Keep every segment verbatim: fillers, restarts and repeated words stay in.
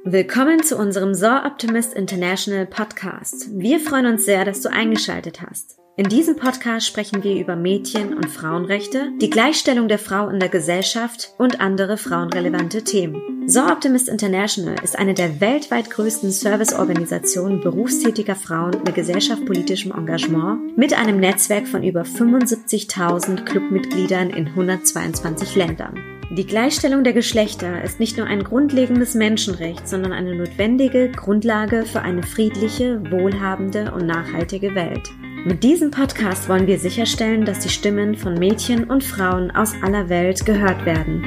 Willkommen zu unserem S O A Optimist International Podcast. Wir freuen uns sehr, dass du eingeschaltet hast. In diesem Podcast sprechen wir über Mädchen- und Frauenrechte, die Gleichstellung der Frau in der Gesellschaft und andere frauenrelevante Themen. S O A Optimist International ist eine der weltweit größten Serviceorganisationen berufstätiger Frauen mit gesellschaftspolitischem Engagement mit einem Netzwerk von über fünfundsiebzigtausend Clubmitgliedern in hundertzweiundzwanzig Ländern. Die Gleichstellung der Geschlechter ist nicht nur ein grundlegendes Menschenrecht, sondern eine notwendige Grundlage für eine friedliche, wohlhabende und nachhaltige Welt. Mit diesem Podcast wollen wir sicherstellen, dass die Stimmen von Mädchen und Frauen aus aller Welt gehört werden.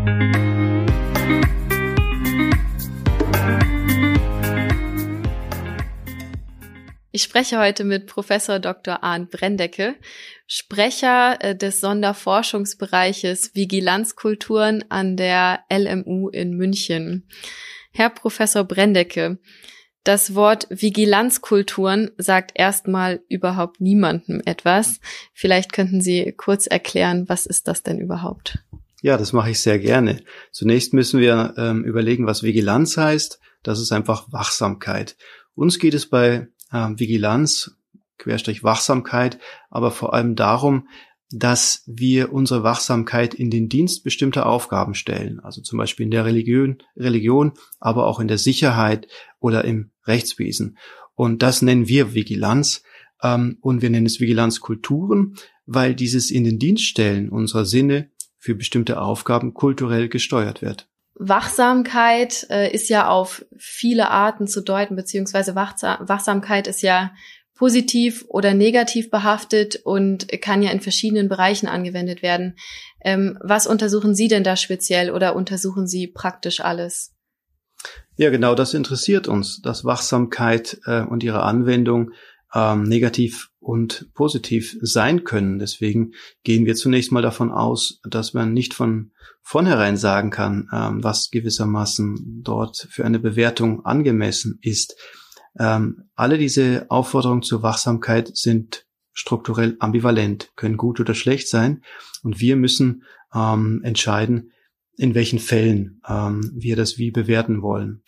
Ich spreche heute mit Professor Doktor Arndt Brendecke, Sprecher des Sonderforschungsbereiches Vigilanzkulturen an der L M U in München. Herr Professor Brendecke, das Wort Vigilanzkulturen sagt erstmal überhaupt niemandem etwas. Vielleicht könnten Sie kurz erklären, was ist das denn überhaupt? Ja, das mache ich sehr gerne. Zunächst müssen wir ähm, überlegen, was Vigilanz heißt. Das ist einfach Wachsamkeit. Uns geht es bei ähm, Vigilanz, Querstrich Wachsamkeit, aber vor allem darum, dass wir unsere Wachsamkeit in den Dienst bestimmter Aufgaben stellen, also zum Beispiel in der Religion, Religion, aber auch in der Sicherheit oder im Rechtswesen. Und das nennen wir Vigilanz, ähm, und wir nennen es Vigilanzkulturen, weil dieses in den Dienst stellen unserer Sinne für bestimmte Aufgaben kulturell gesteuert wird. Wachsamkeit äh, ist ja auf viele Arten zu deuten, beziehungsweise Wachsam- Wachsamkeit ist ja positiv oder negativ behaftet und kann ja in verschiedenen Bereichen angewendet werden. Ähm, was untersuchen Sie denn da speziell oder untersuchen Sie praktisch alles? Ja, genau, das interessiert uns, dass Wachsamkeit äh, und ihre Anwendung ähm, negativ und positiv sein können. Deswegen gehen wir zunächst mal davon aus, dass man nicht von vornherein sagen kann, ähm, was gewissermaßen dort für eine Bewertung angemessen ist. Ähm, alle diese Aufforderungen zur Wachsamkeit sind strukturell ambivalent, können gut oder schlecht sein, und wir müssen ähm, entscheiden, in welchen Fällen ähm, wir das wie bewerten wollen.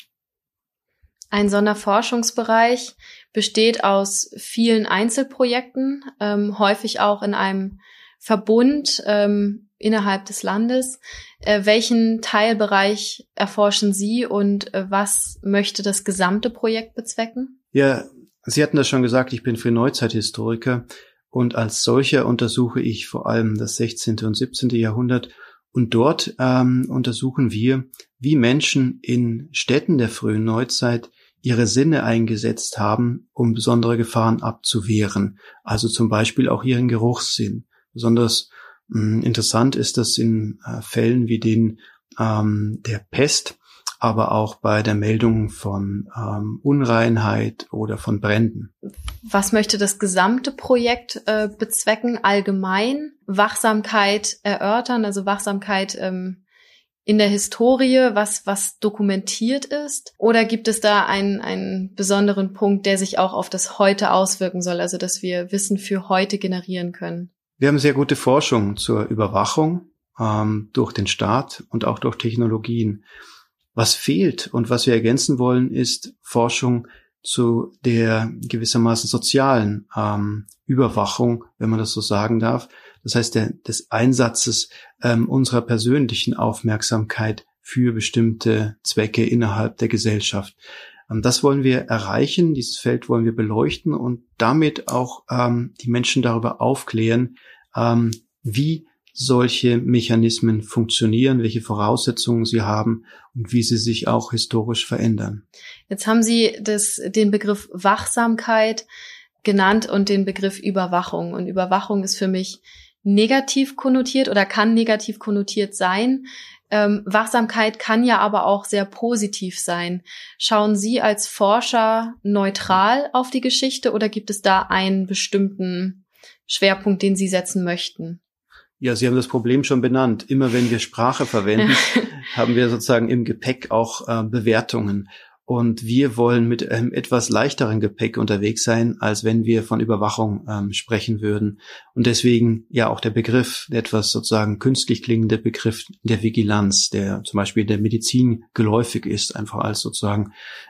Ein Sonderforschungsbereich besteht aus vielen Einzelprojekten, ähm, häufig auch in einem Verbund ähm, innerhalb des Landes. Äh, welchen Teilbereich erforschen Sie und äh, was möchte das gesamte Projekt bezwecken? Ja, Sie hatten das schon gesagt, ich bin Frühneuzeithistoriker und als solcher untersuche ich vor allem das sechzehnte und siebzehnte Jahrhundert, und dort ähm, untersuchen wir, wie Menschen in Städten der frühen Neuzeit ihre Sinne eingesetzt haben, um besondere Gefahren abzuwehren, also zum Beispiel auch ihren Geruchssinn. Besonders mh, interessant ist das in äh, Fällen wie den ähm, der Pest, aber auch bei der Meldung von ähm, Unreinheit oder von Bränden. Was möchte das gesamte Projekt äh, bezwecken? Allgemein Wachsamkeit erörtern, also Wachsamkeit ähm, in der Historie, was was dokumentiert ist? Oder gibt es da einen, einen besonderen Punkt, der sich auch auf das Heute auswirken soll, also dass wir Wissen für heute generieren können? Wir haben sehr gute Forschung zur Überwachung ähm, durch den Staat und auch durch Technologien. Was fehlt und was wir ergänzen wollen, ist Forschung zu der gewissermaßen sozialen ähm, Überwachung, wenn man das so sagen darf. Das heißt, der, des Einsatzes ähm, unserer persönlichen Aufmerksamkeit für bestimmte Zwecke innerhalb der Gesellschaft. Ähm, das wollen wir erreichen, dieses Feld wollen wir beleuchten und damit auch ähm, die Menschen darüber aufklären, ähm, wie solche Mechanismen funktionieren, welche Voraussetzungen sie haben und wie sie sich auch historisch verändern. Jetzt haben Sie das, den Begriff Wachsamkeit genannt und den Begriff Überwachung. Und Überwachung ist für mich negativ konnotiert oder kann negativ konnotiert sein. Ähm, Wachsamkeit kann ja aber auch sehr positiv sein. Schauen Sie als Forscher neutral auf die Geschichte oder gibt es da einen bestimmten Schwerpunkt, den Sie setzen möchten? Ja, Sie haben das Problem schon benannt. Immer wenn wir Sprache verwenden, haben wir sozusagen im Gepäck auch äh, Bewertungen. Und wir wollen mit einem etwas leichteren Gepäck unterwegs sein, als wenn wir von Überwachung ähm, sprechen würden. Und deswegen ja auch der Begriff, der etwas sozusagen künstlich klingende Begriff der Vigilanz, der zum Beispiel in der Medizin geläufig ist, einfach als sozusagen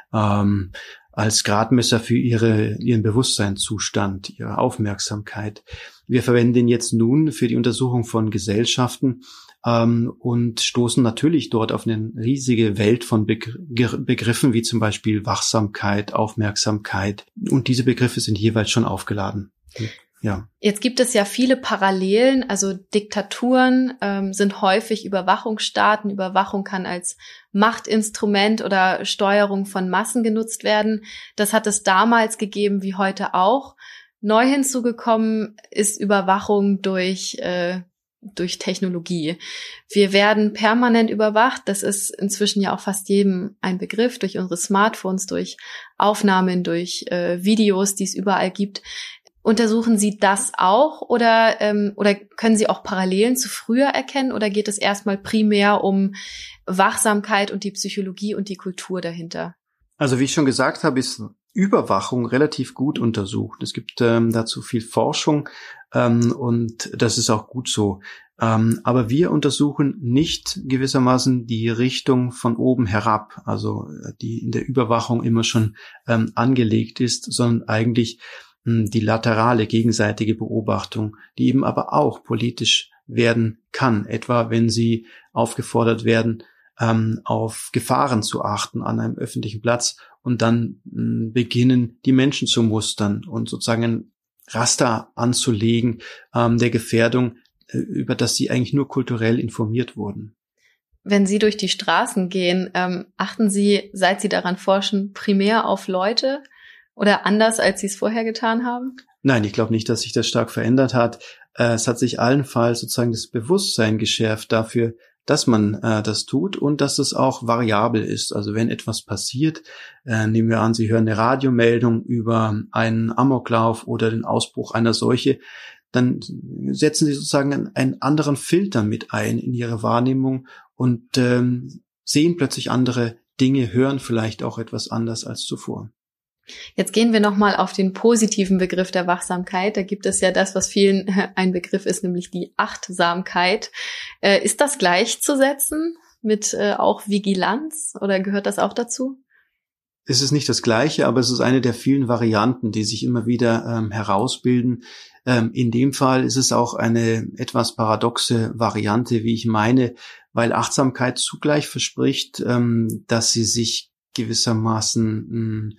ähm, als Gradmesser für ihre, ihren Bewusstseinszustand, ihre Aufmerksamkeit. Wir verwenden den jetzt nun für die Untersuchung von Gesellschaften ähm, und stoßen natürlich dort auf eine riesige Welt von Begr- Begriffen, wie zum Beispiel Wachsamkeit, Aufmerksamkeit. Und diese Begriffe sind jeweils schon aufgeladen. Ja. Jetzt gibt es ja viele Parallelen, also Diktaturen ähm, sind häufig Überwachungsstaaten. Überwachung kann als Machtinstrument oder Steuerung von Massen genutzt werden. Das hat es damals gegeben wie heute auch. Neu hinzugekommen ist Überwachung durch äh, durch Technologie. Wir werden permanent überwacht. Das ist inzwischen ja auch fast jedem ein Begriff, durch unsere Smartphones, durch Aufnahmen, durch äh, Videos, die es überall gibt. Untersuchen Sie das auch oder ähm, oder können Sie auch Parallelen zu früher erkennen oder geht es erstmal primär um Wachsamkeit und die Psychologie und die Kultur dahinter? Also wie ich schon gesagt habe, ist Überwachung relativ gut untersucht. Es gibt ähm, dazu viel Forschung ähm, und das ist auch gut so. Ähm, aber wir untersuchen nicht gewissermaßen die Richtung von oben herab, also die in der Überwachung immer schon ähm, angelegt ist, sondern eigentlich die laterale gegenseitige Beobachtung, die eben aber auch politisch werden kann, etwa wenn sie aufgefordert werden, ähm, auf Gefahren zu achten an einem öffentlichen Platz und dann mh, beginnen, die Menschen zu mustern und sozusagen ein Raster anzulegen ähm, der Gefährdung, äh, über das sie eigentlich nur kulturell informiert wurden. Wenn Sie durch die Straßen gehen, ähm, achten Sie, seit Sie daran forschen, primär auf Leute? Oder anders, als Sie es vorher getan haben? Nein, ich glaube nicht, dass sich das stark verändert hat. Äh, es hat sich allenfalls sozusagen das Bewusstsein geschärft dafür, dass man äh, das tut und dass es auch variabel ist. Also wenn etwas passiert, äh, nehmen wir an, Sie hören eine Radiomeldung über einen Amoklauf oder den Ausbruch einer Seuche, dann setzen Sie sozusagen einen, einen anderen Filter mit ein in Ihre Wahrnehmung und ähm, sehen plötzlich andere Dinge, hören vielleicht auch etwas anders als zuvor. Jetzt gehen wir nochmal auf den positiven Begriff der Wachsamkeit. Da gibt es ja das, was vielen ein Begriff ist, nämlich die Achtsamkeit. Äh, ist das gleichzusetzen mit äh, auch Vigilanz oder gehört das auch dazu? Es ist nicht das Gleiche, aber es ist eine der vielen Varianten, die sich immer wieder ähm, herausbilden. Ähm, in dem Fall ist es auch eine etwas paradoxe Variante, wie ich meine, weil Achtsamkeit zugleich verspricht, ähm, dass sie sich gewissermaßen mh,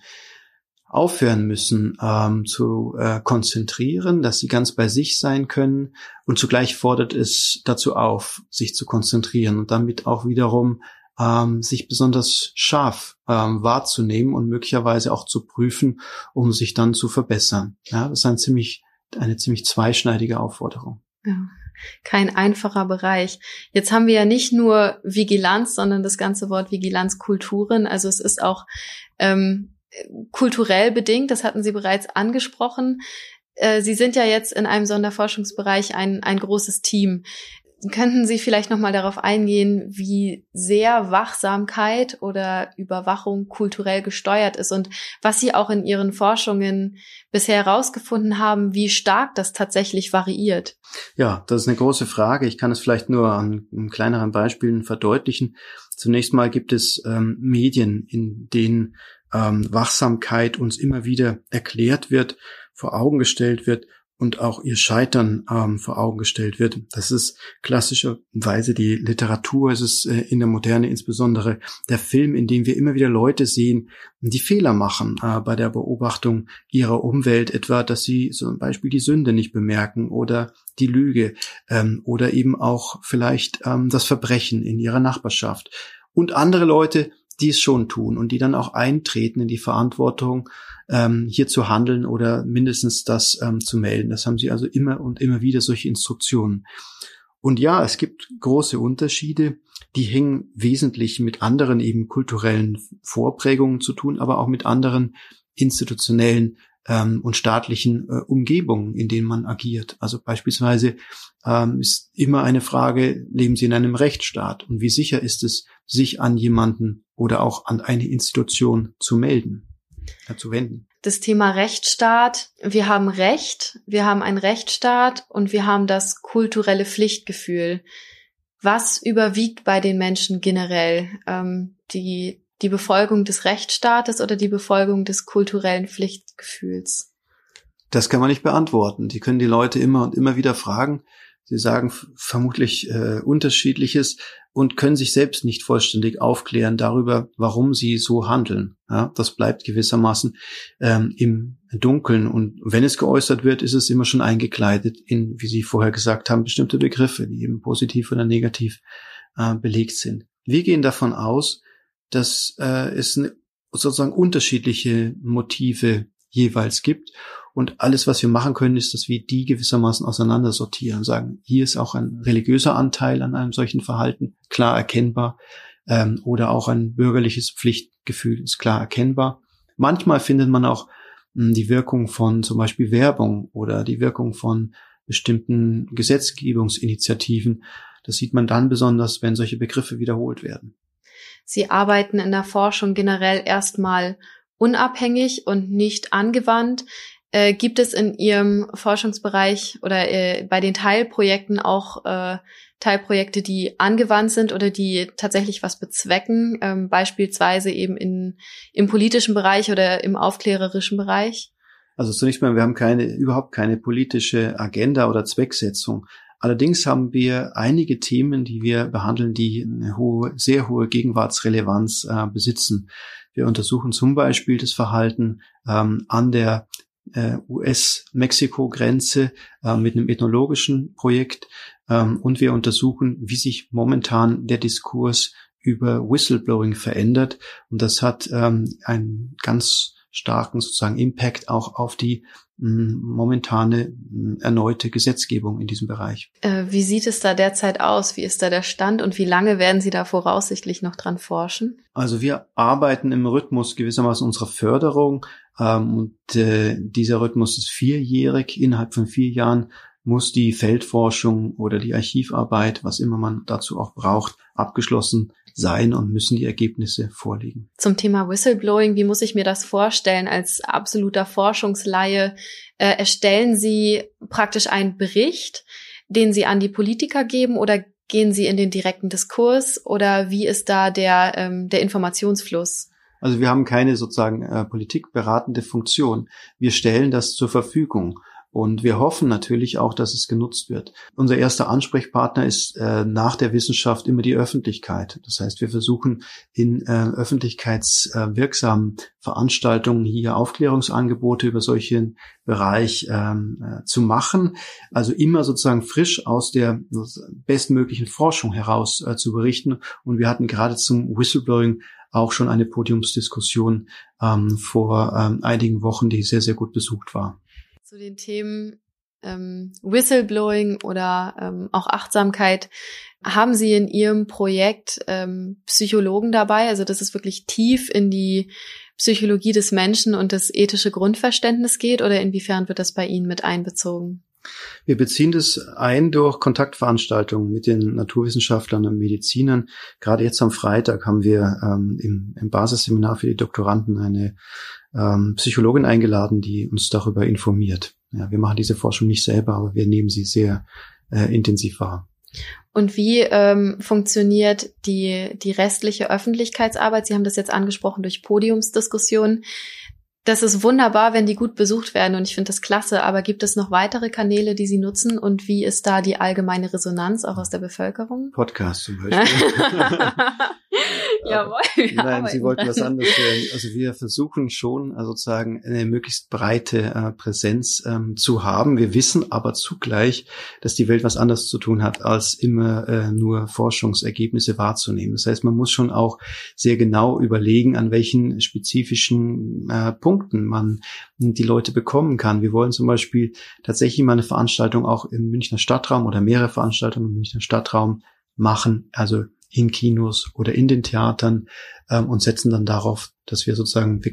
aufhören müssen ähm, zu äh, konzentrieren, dass sie ganz bei sich sein können und zugleich fordert es dazu auf, sich zu konzentrieren und damit auch wiederum ähm, sich besonders scharf ähm, wahrzunehmen und möglicherweise auch zu prüfen, um sich dann zu verbessern. Ja, das ist ein ziemlich, eine ziemlich zweischneidige Aufforderung. Ja. Kein einfacher Bereich. Jetzt haben wir ja nicht nur Vigilanz, sondern das ganze Wort Vigilanzkulturen. Also es ist auch ähm, kulturell bedingt, das hatten Sie bereits angesprochen. Äh, Sie sind ja jetzt in einem Sonderforschungsbereich ein, ein großes Team. Könnten Sie vielleicht nochmal darauf eingehen, wie sehr Wachsamkeit oder Überwachung kulturell gesteuert ist und was Sie auch in Ihren Forschungen bisher herausgefunden haben, wie stark das tatsächlich variiert? Ja, das ist eine große Frage. Ich kann es vielleicht nur an, an kleineren Beispielen verdeutlichen. Zunächst mal gibt es ähm, Medien, in denen ähm, Wachsamkeit uns immer wieder erklärt wird, vor Augen gestellt wird und auch ihr Scheitern ähm, vor Augen gestellt wird. Das ist klassischerweise die Literatur, es ist äh, in der Moderne insbesondere der Film, in dem wir immer wieder Leute sehen, die Fehler machen äh, bei der Beobachtung ihrer Umwelt, etwa, dass sie zum Beispiel die Sünde nicht bemerken oder die Lüge ähm, oder eben auch vielleicht ähm, das Verbrechen in ihrer Nachbarschaft. Und andere Leute, die es schon tun und die dann auch eintreten in die Verantwortung, ähm, hier zu handeln oder mindestens das ähm, zu melden. Das haben sie also immer und immer wieder, solche Instruktionen. Und ja, es gibt große Unterschiede, die hängen wesentlich mit anderen eben kulturellen Vorprägungen zu tun, aber auch mit anderen institutionellen ähm, und staatlichen äh, Umgebungen, in denen man agiert. Also beispielsweise ähm, ist immer eine Frage, leben Sie in einem Rechtsstaat und wie sicher ist es, sich an jemanden oder auch an eine Institution zu melden, äh, zu wenden. Das Thema Rechtsstaat, wir haben Recht, wir haben einen Rechtsstaat und wir haben das kulturelle Pflichtgefühl. Was überwiegt bei den Menschen generell? Ähm, die, die Befolgung des Rechtsstaates oder die Befolgung des kulturellen Pflichtgefühls? Das kann man nicht beantworten. Die können die Leute immer und immer wieder fragen. Sie sagen f- vermutlich äh, Unterschiedliches und können sich selbst nicht vollständig aufklären darüber, warum sie so handeln. Ja, das bleibt gewissermaßen ähm, im Dunkeln. Und wenn es geäußert wird, ist es immer schon eingekleidet in, wie Sie vorher gesagt haben, bestimmte Begriffe, die eben positiv oder negativ äh, belegt sind. Wir gehen davon aus, dass äh, es eine, sozusagen unterschiedliche Motive jeweils gibt. Und alles, was wir machen können, ist, dass wir die gewissermaßen auseinandersortieren und sagen, hier ist auch ein religiöser Anteil an einem solchen Verhalten klar erkennbar, ähm, oder auch ein bürgerliches Pflichtgefühl ist klar erkennbar. Manchmal findet man auch mh, die Wirkung von zum Beispiel Werbung oder die Wirkung von bestimmten Gesetzgebungsinitiativen. Das sieht man dann besonders, wenn solche Begriffe wiederholt werden. Sie arbeiten in der Forschung generell erstmal unabhängig und nicht angewandt. Äh, gibt es in Ihrem Forschungsbereich oder äh, bei den Teilprojekten auch äh, Teilprojekte, die angewandt sind oder die tatsächlich was bezwecken, ähm, beispielsweise eben in, im politischen Bereich oder im aufklärerischen Bereich? Also zunächst mal, wir haben keine, überhaupt keine politische Agenda oder Zwecksetzung. Allerdings haben wir einige Themen, die wir behandeln, die eine hohe, sehr hohe Gegenwartsrelevanz äh, besitzen. Wir untersuchen zum Beispiel das Verhalten ähm, an der äh, U S-Mexiko-Grenze äh, mit einem ethnologischen Projekt, ähm, und wir untersuchen, wie sich momentan der Diskurs über Whistleblowing verändert. Und das hat ähm, einen ganz starken sozusagen Impact auch auf die mh, momentane mh, erneute Gesetzgebung in diesem Bereich. Äh, wie sieht es da derzeit aus? Wie ist da der Stand und wie lange werden Sie da voraussichtlich noch dran forschen? Also wir arbeiten im Rhythmus gewissermaßen unserer Förderung, ähm, und äh, dieser Rhythmus ist vierjährig. Innerhalb von vier Jahren muss die Feldforschung oder die Archivarbeit, was immer man dazu auch braucht, abgeschlossen sein und müssen die Ergebnisse vorliegen. Zum Thema Whistleblowing, wie muss ich mir das vorstellen als absoluter Forschungsleihe? Äh, erstellen Sie praktisch einen Bericht, den Sie an die Politiker geben, oder gehen Sie in den direkten Diskurs, oder wie ist da der, ähm, der Informationsfluss? Also wir haben keine sozusagen äh, politikberatende Funktion. Wir stellen das zur Verfügung. Und wir hoffen natürlich auch, dass es genutzt wird. Unser erster Ansprechpartner ist äh, nach der Wissenschaft immer die Öffentlichkeit. Das heißt, wir versuchen in äh, öffentlichkeitswirksamen Veranstaltungen hier Aufklärungsangebote über solchen Bereich ähm, äh, zu machen. Also immer sozusagen frisch aus der bestmöglichen Forschung heraus äh, zu berichten. Und wir hatten gerade zum Whistleblowing auch schon eine Podiumsdiskussion ähm, vor ähm, einigen Wochen, die sehr, sehr gut besucht war. Zu den Themen ähm, Whistleblowing oder ähm, auch Achtsamkeit, haben Sie in Ihrem Projekt ähm, Psychologen dabei? Also dass es wirklich tief in die Psychologie des Menschen und das ethische Grundverständnis geht, oder inwiefern wird das bei Ihnen mit einbezogen? Wir beziehen das ein durch Kontaktveranstaltungen mit den Naturwissenschaftlern und Medizinern. Gerade jetzt am Freitag haben wir ähm, im, im Basisseminar für die Doktoranden eine ähm, Psychologin eingeladen, die uns darüber informiert. Ja, wir machen diese Forschung nicht selber, aber wir nehmen sie sehr äh, intensiv wahr. Und wie ähm, funktioniert die, die restliche Öffentlichkeitsarbeit? Sie haben das jetzt angesprochen durch Podiumsdiskussionen. Das ist wunderbar, wenn die gut besucht werden, und ich finde das klasse, aber gibt es noch weitere Kanäle, die Sie nutzen, und wie ist da die allgemeine Resonanz auch aus der Bevölkerung? Podcast zum Beispiel. Jawohl. Nein, Sie wollten was anderes hören. Also wir versuchen schon also sozusagen eine möglichst breite äh, Präsenz ähm, zu haben. Wir wissen aber zugleich, dass die Welt was anderes zu tun hat, als immer äh, nur Forschungsergebnisse wahrzunehmen. Das heißt, man muss schon auch sehr genau überlegen, an welchen spezifischen äh, Punkten man die Leute bekommen kann. Wir wollen zum Beispiel tatsächlich mal eine Veranstaltung auch im Münchner Stadtraum oder mehrere Veranstaltungen im Münchner Stadtraum machen, also in Kinos oder in den Theatern, ähm, und setzen dann darauf, dass wir sozusagen wirklich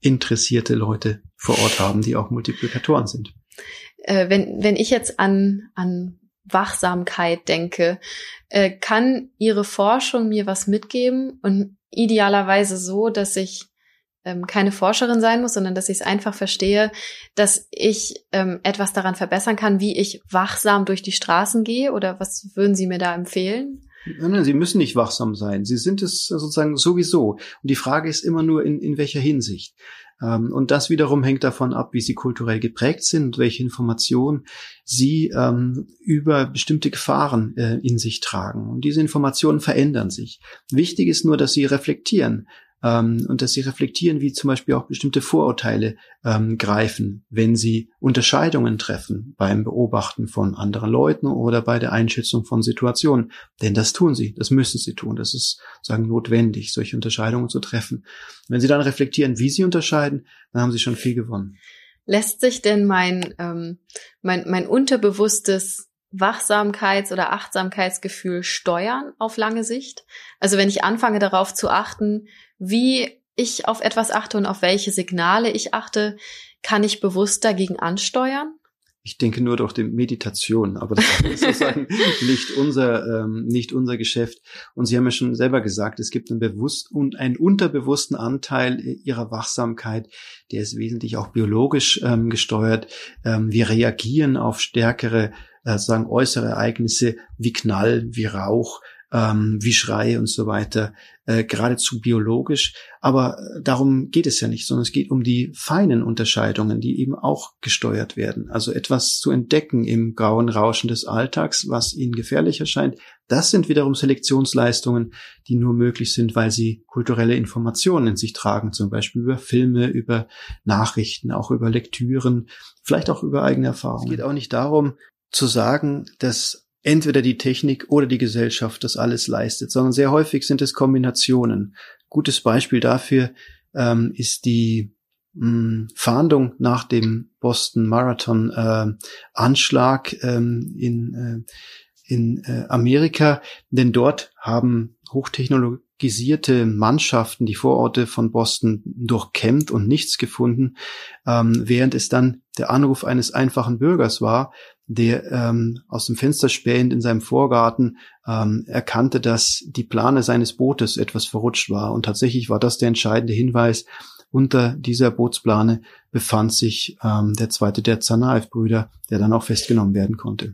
interessierte Leute vor Ort haben, die auch Multiplikatoren sind. Äh, wenn, wenn ich jetzt an, an Wachsamkeit denke, äh, kann Ihre Forschung mir was mitgeben und idealerweise so, dass ich ähm, keine Forscherin sein muss, sondern dass ich es einfach verstehe, dass ich ähm, etwas daran verbessern kann, wie ich wachsam durch die Straßen gehe, oder was würden Sie mir da empfehlen? Nein, nein, Sie müssen nicht wachsam sein. Sie sind es sozusagen sowieso. Und die Frage ist immer nur, in, in welcher Hinsicht. Ähm, und das wiederum hängt davon ab, wie Sie kulturell geprägt sind und welche Informationen Sie ähm, über bestimmte Gefahren äh, in sich tragen. Und diese Informationen verändern sich. Wichtig ist nur, dass Sie reflektieren. Ähm, und dass Sie reflektieren, wie zum Beispiel auch bestimmte Vorurteile ähm, greifen, wenn Sie Unterscheidungen treffen beim Beobachten von anderen Leuten oder bei der Einschätzung von Situationen. Denn das tun Sie, das müssen Sie tun. Das ist sozusagen notwendig, solche Unterscheidungen zu treffen. Wenn Sie dann reflektieren, wie Sie unterscheiden, dann haben Sie schon viel gewonnen. Lässt sich denn mein, ähm, mein, mein unterbewusstes Wachsamkeits- oder Achtsamkeitsgefühl steuern auf lange Sicht? Also wenn ich anfange darauf zu achten, wie ich auf etwas achte und auf welche Signale ich achte, kann ich bewusst dagegen ansteuern? Ich denke nur durch die Meditation, aber das ist sozusagen nicht unser, ähm, nicht unser Geschäft. Und Sie haben ja schon selber gesagt, es gibt einen bewusst und einen unterbewussten Anteil Ihrer Wachsamkeit, der ist wesentlich auch biologisch ähm, gesteuert. Ähm, wir reagieren auf stärkere, äh, sagen äußere Ereignisse wie Knall, wie Rauch, ähm, wie Schrei und so weiter, äh, geradezu biologisch. Aber äh, darum geht es ja nicht, sondern es geht um die feinen Unterscheidungen, die eben auch gesteuert werden. Also etwas zu entdecken im grauen Rauschen des Alltags, was Ihnen gefährlich erscheint, das sind wiederum Selektionsleistungen, die nur möglich sind, weil sie kulturelle Informationen in sich tragen, zum Beispiel über Filme, über Nachrichten, auch über Lektüren, vielleicht auch über eigene Erfahrungen. Es geht auch nicht darum, zu sagen, dass entweder die Technik oder die Gesellschaft das alles leistet, sondern sehr häufig sind es Kombinationen. Gutes Beispiel dafür ähm, ist die mh, Fahndung nach dem Boston Marathon äh, Anschlag ähm, in, äh, in äh, Amerika, denn dort haben hochtechnologisierte Mannschaften die Vororte von Boston durchkämmt und nichts gefunden, ähm, während es dann der Anruf eines einfachen Bürgers war, der ähm, aus dem Fenster spähend in seinem Vorgarten ähm, erkannte, dass die Plane seines Bootes etwas verrutscht war. Und tatsächlich war das der entscheidende Hinweis. Unter dieser Bootsplane befand sich ähm, der zweite der Tsarnaev-Brüder, der dann auch festgenommen werden konnte.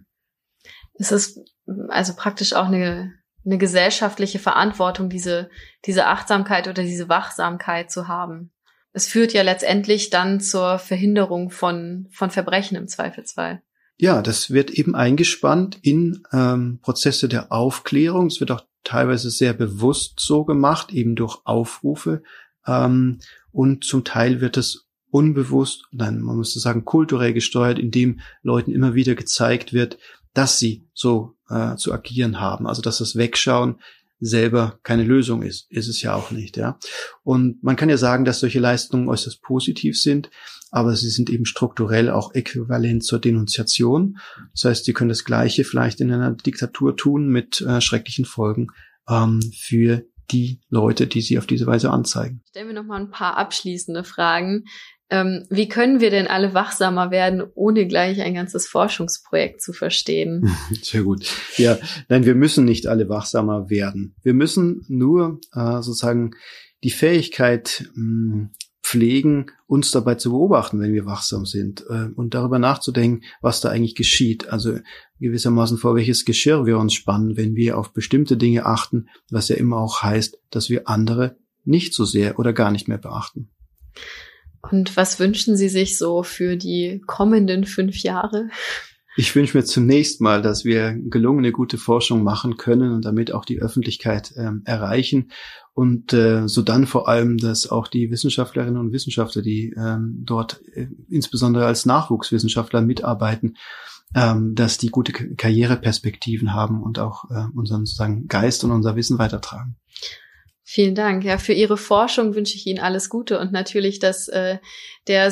Es ist also praktisch auch eine, eine gesellschaftliche Verantwortung, diese, diese Achtsamkeit oder diese Wachsamkeit zu haben. Es führt ja letztendlich dann zur Verhinderung von, von Verbrechen im Zweifelsfall. Ja, das wird eben eingespannt in ähm, Prozesse der Aufklärung. Es wird auch teilweise sehr bewusst so gemacht, eben durch Aufrufe. Ähm, und zum Teil wird es unbewusst, nein, man müsste sagen kulturell gesteuert, indem Leuten immer wieder gezeigt wird, dass sie so äh, zu agieren haben. Also dass das Wegschauen selber keine Lösung ist. Ist es ja auch nicht, ja. Und man kann ja sagen, dass solche Leistungen äußerst positiv sind, aber sie sind eben strukturell auch äquivalent zur Denunziation. Das heißt, sie können das Gleiche vielleicht in einer Diktatur tun mit äh, schrecklichen Folgen ähm, für die Leute, die sie auf diese Weise anzeigen. Stellen wir noch mal ein paar abschließende Fragen. Ähm, wie können wir denn alle wachsamer werden, ohne gleich ein ganzes Forschungsprojekt zu verstehen? Sehr gut. Ja, nein, wir müssen nicht alle wachsamer werden. Wir müssen nur äh, sozusagen die Fähigkeit mh, pflegen, uns dabei zu beobachten, wenn wir wachsam sind äh, und darüber nachzudenken, was da eigentlich geschieht. Also gewissermaßen vor welches Geschirr wir uns spannen, wenn wir auf bestimmte Dinge achten, was ja immer auch heißt, dass wir andere nicht so sehr oder gar nicht mehr beachten. Und was wünschen Sie sich so für die kommenden fünf Jahre? Ich wünsche mir zunächst mal, dass wir gelungene, gute Forschung machen können und damit auch die Öffentlichkeit ähm, erreichen. Und äh, so dann vor allem, dass auch die Wissenschaftlerinnen und Wissenschaftler, die ähm, dort äh, insbesondere als Nachwuchswissenschaftler mitarbeiten, ähm, dass die gute Karriereperspektiven haben und auch äh, unseren sozusagen Geist und unser Wissen weitertragen. Vielen Dank. Ja, für Ihre Forschung wünsche ich Ihnen alles Gute und natürlich, dass äh, der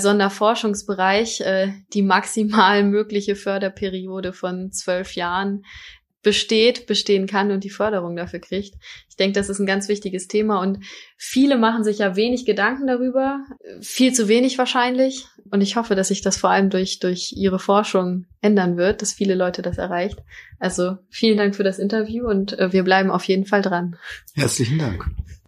Sonderforschungsbereich äh, die maximal mögliche Förderperiode von zwölf Jahren besteht, bestehen kann und die Förderung dafür kriegt. Ich denke, das ist ein ganz wichtiges Thema und viele machen sich ja wenig Gedanken darüber, viel zu wenig wahrscheinlich. Und ich hoffe, dass sich das vor allem durch durch Ihre Forschung ändern wird, dass viele Leute das erreicht. Also vielen Dank für das Interview und wir bleiben auf jeden Fall dran. Herzlichen Dank.